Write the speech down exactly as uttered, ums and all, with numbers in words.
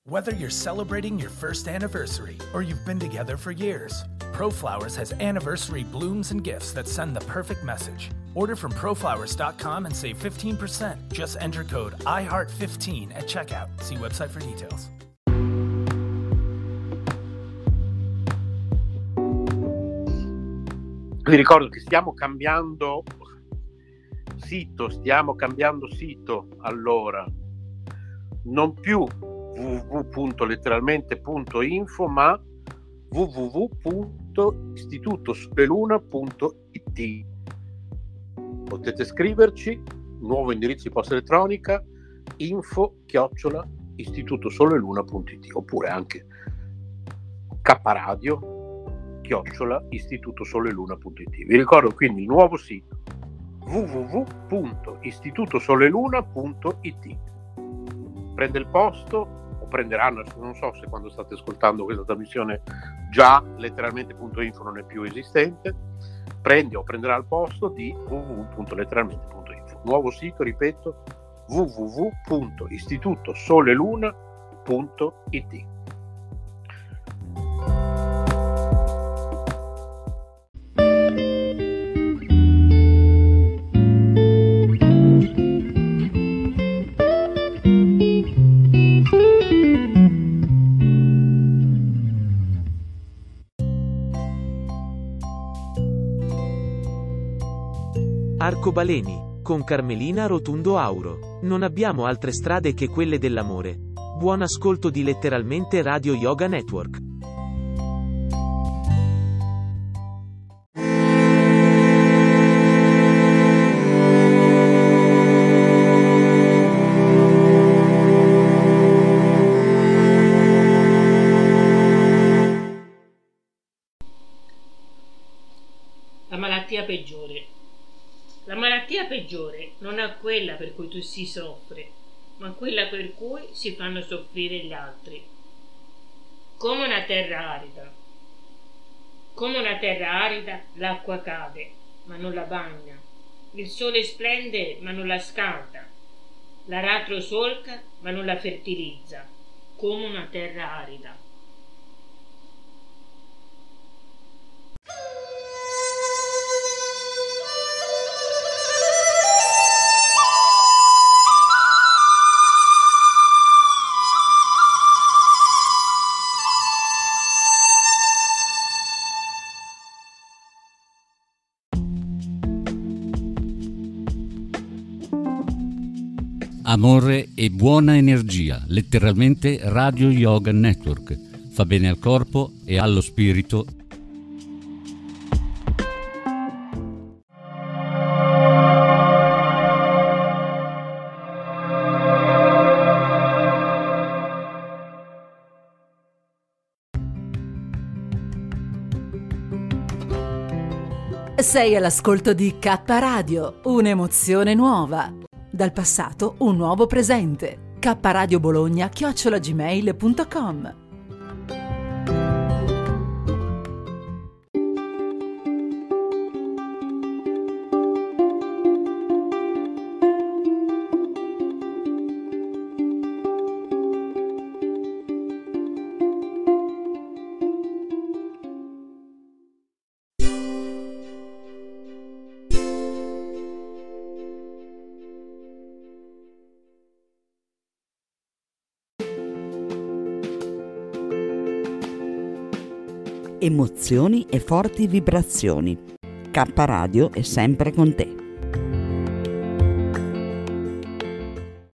Whether you're celebrating your first anniversary or you've been together for years, ProFlowers has anniversary blooms and gifts that send the perfect message. Order from proflowers dot com and save fifteen percent. Just enter code I heart fifteen at checkout. See website for details. Vi ricordo che stiamo cambiando sito, stiamo cambiando sito, allora non più w w w punto letteralmente punto info ma w w w punto istituto sole luna punto i t. Potete scriverci, nuovo indirizzo di posta elettronica info chiocciola istituto sole luna punto i t, oppure anche kradio chiocciola istituto sole luna punto i t. Vi ricordo quindi il nuovo sito w w w punto istituto sole luna punto i t. Prende il posto, o prenderanno, non so se quando state ascoltando questa trasmissione già letteralmente punto info non è più esistente, prende o prenderà il posto di w w w punto letteralmente punto info. Nuovo sito, ripeto, w w w punto istituto sole luna punto i t. Arcobaleni, con Carmelina Rotundo Auro. Non abbiamo altre strade che quelle dell'amore. Buon ascolto di Letteralmente Radio Yoga Network. La malattia peggiore. La malattia peggiore non è quella per cui tu si soffre, ma quella per cui si fanno soffrire gli altri. Come una terra arida. Come una terra arida, l'acqua cade, ma non la bagna. Il sole splende, ma non la scalda. L'aratro solca, ma non la fertilizza. Come una terra arida. Amore e buona energia, letteralmente Radio Yoga Network. Fa bene al corpo e allo spirito. Sei all'ascolto di K Radio, un'emozione nuova. Dal passato un nuovo presente. K Radio Bologna chiocciola gmail punto com. Emozioni e forti vibrazioni. K Radio è sempre con te.